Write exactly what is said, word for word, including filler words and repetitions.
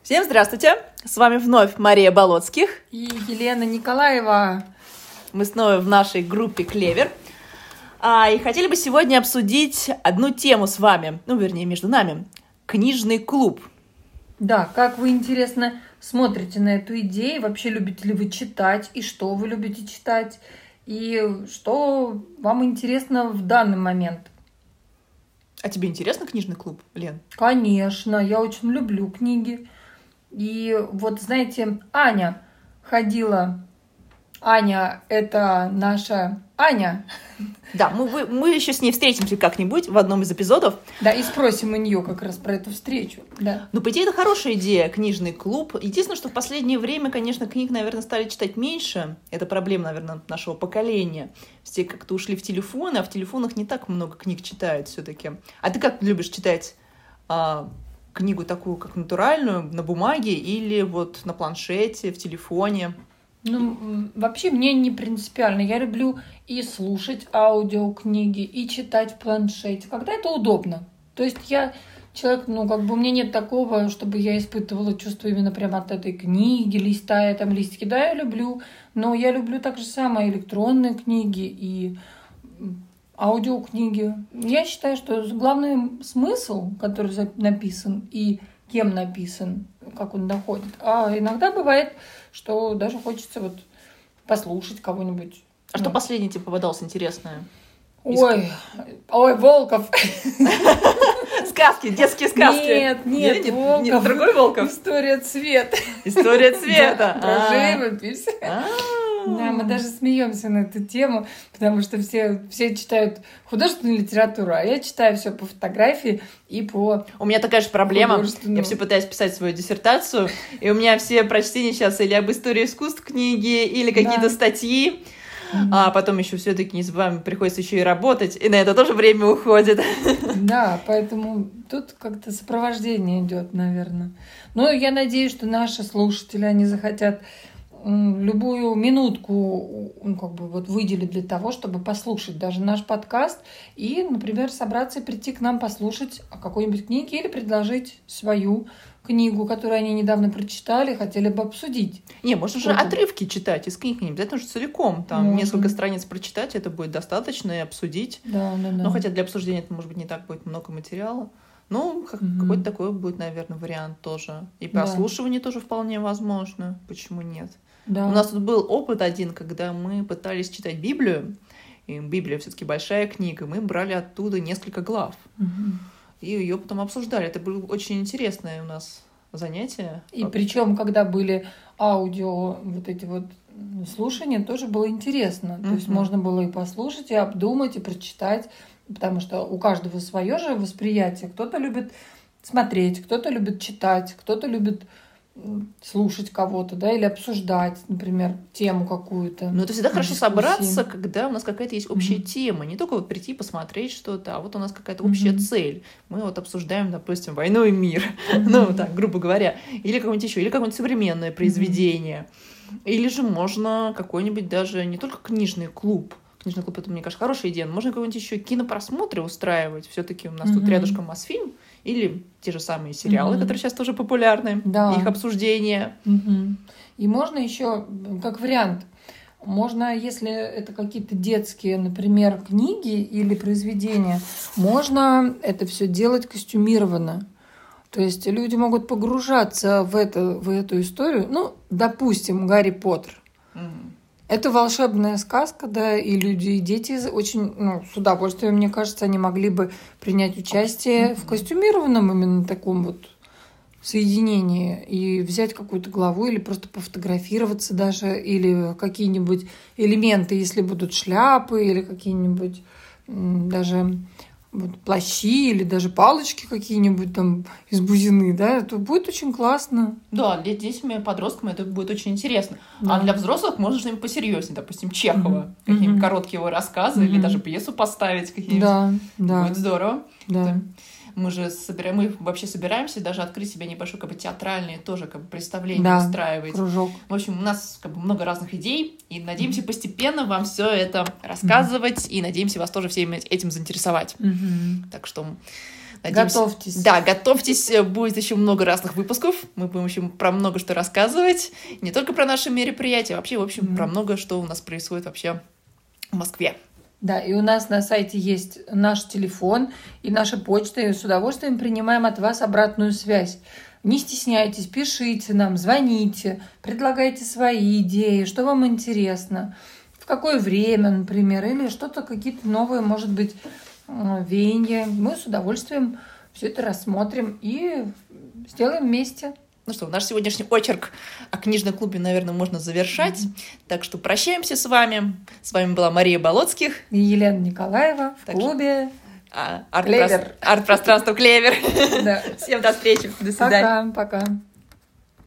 Всем здравствуйте! С вами вновь Мария Болоцких и Елена Николаева. Мы снова в нашей группе «Клевер». А, и хотели бы сегодня обсудить одну тему с вами, ну, вернее, между нами. Книжный клуб. Да, как вы, интересно, смотрите на эту идею? Вообще, любите ли вы читать? И что вы любите читать? И что вам интересно в данный момент? А тебе интересно книжный клуб, Лен? Конечно, я очень люблю книги. И вот, знаете, Аня ходила... Аня — это наша Аня. Да, мы, мы еще с ней встретимся как-нибудь в одном из эпизодов. Да, и спросим у нее как раз про эту встречу. Да. Ну, по идее, это хорошая идея, книжный клуб. Единственное, что в последнее время, конечно, книг, наверное, стали читать меньше. Это проблема, наверное, нашего поколения. Все как-то ушли в телефоны, а в телефонах не так много книг читают все-таки. А ты как любишь читать а, книгу такую, как натуральную, на бумаге или вот на планшете, в телефоне? Ну, вообще мне не принципиально. Я люблю и слушать аудиокниги, и читать в планшете, когда это удобно. То есть я человек, ну, как бы у меня нет такого, чтобы я испытывала чувство именно прямо от этой книги, листая там листики. Да, я люблю, но я люблю так же самое электронные книги и аудиокниги. Я считаю, что главный смысл, который написан и кем написан, как он доходит. А иногда бывает, что даже хочется вот послушать кого-нибудь. А ну. Что последний тебе попадалось интересное? Ой, ой, Волков. Сказки, детские сказки. Нет, нет, нет, Волков. Нет, другой Волков. История цвета. История цвета. Про живопись. Да, мы даже смеемся на эту тему, потому что все, все читают художественную литературу, а я читаю все по фотографии и по... У меня такая же проблема. Я все пытаюсь писать свою диссертацию, и у меня все прочтения сейчас или об истории искусств книги, или какие-то да. статьи. Mm-hmm. А потом еще все-таки не забываем, приходится еще и работать, и на это тоже время уходит. Да, поэтому тут как-то сопровождение идет, наверное. Но я надеюсь, что наши слушатели, они захотят любую минутку, ну, как бы вот выделить для того, чтобы послушать даже наш подкаст и, например, собраться и прийти к нам послушать о какой-нибудь книге или предложить свою книгу, которую они недавно прочитали, хотели бы обсудить. Не, можно же отрывки читать из книг, не обязательно же целиком. Там можно. Несколько страниц прочитать, это будет достаточно, и обсудить. Да, да, да. Но хотя для обсуждения это, может быть, не так будет много материала. Ну, как, mm-hmm. какой-то такой будет, наверное, вариант тоже. И прослушивание да. тоже вполне возможно. Почему нет? Да. У нас тут был опыт один, когда мы пытались читать Библию. И Библия все-таки большая книга. Мы брали оттуда несколько глав. Mm-hmm. И ее потом обсуждали. Это было очень интересное у нас занятие. И причем, когда были аудио, вот эти вот слушания, тоже было интересно. Mm-hmm. То есть можно было и послушать, и обдумать, и прочитать. Потому что у каждого свое же восприятие. Кто-то любит смотреть, кто-то любит читать, кто-то любит слушать кого-то, да, или обсуждать, например, тему какую-то. Ну, это всегда хорошо собраться, когда у нас какая-то есть общая mm-hmm. тема. Не только вот прийти посмотреть что-то, а вот у нас какая-то общая mm-hmm. цель. Мы вот обсуждаем, допустим, «Войну и мир», mm-hmm. ну, так, грубо говоря, или какое-нибудь еще, или какое-нибудь современное произведение. Mm-hmm. Или же можно какой-нибудь даже не только книжный клуб. Книжный клуб — это, мне кажется, хорошая идея. Но можно какой-нибудь еще кинопросмотры устраивать. Все-таки у нас mm-hmm. тут рядышком Мосфильм. Или те же самые сериалы, mm-hmm. которые сейчас тоже популярны, да. их обсуждение. Mm-hmm. И можно еще, как вариант, можно, если это какие-то детские, например, книги или произведения, можно это все делать костюмированно. То есть люди могут погружаться в, это, в эту историю. Ну, допустим, Гарри Поттер. Mm-hmm. Это волшебная сказка, да, и люди, и дети очень, ну, с удовольствием, мне кажется, они могли бы принять участие в костюмированном именно таком вот соединении и взять какую-то главу или просто пофотографироваться даже, или какие-нибудь элементы, если будут шляпы или какие-нибудь даже вот плащи или даже палочки какие-нибудь там из бузины, да, это будет очень классно. Да, для детей, подросткам это будет очень интересно. Да. А для взрослых можно что-нибудь посерьезнее, допустим, Чехова, mm-hmm. какие-нибудь mm-hmm. короткие его рассказы, mm-hmm. или даже пьесу поставить какие-нибудь. Да, да. Будет здорово. Да. Это... Мы же собираем, мы вообще собираемся даже открыть себе небольшое, как бы, театральное тоже, как бы, представление да, устраивать. Кружок. В общем, у нас, как бы, много разных идей, и надеемся mm-hmm. постепенно вам все это рассказывать, mm-hmm. и надеемся вас тоже всем этим заинтересовать. Mm-hmm. Так что Надеемся... Готовьтесь. Да, готовьтесь, будет еще много разных выпусков. Мы будем еще про много что рассказывать. Не только про наши мероприятия, а вообще, в общем, mm-hmm. про много что у нас происходит вообще в Москве. Да, и у нас на сайте есть наш телефон и наша почта, и с удовольствием принимаем от вас обратную связь. Не стесняйтесь, пишите нам, звоните, предлагайте свои идеи, что вам интересно, в какое время, например, или что-то, какие-то новые, может быть, веяния. Мы с удовольствием все это рассмотрим и сделаем вместе. Ну что, наш сегодняшний очерк о книжном клубе, наверное, можно завершать. Mm-hmm. Так что прощаемся с вами. С вами была Мария Болотских. И Елена Николаева в так клубе а, арт-Клевер. Арт-пространство Клевер. Да. Всем до встречи. До свидания. Пока. Пока.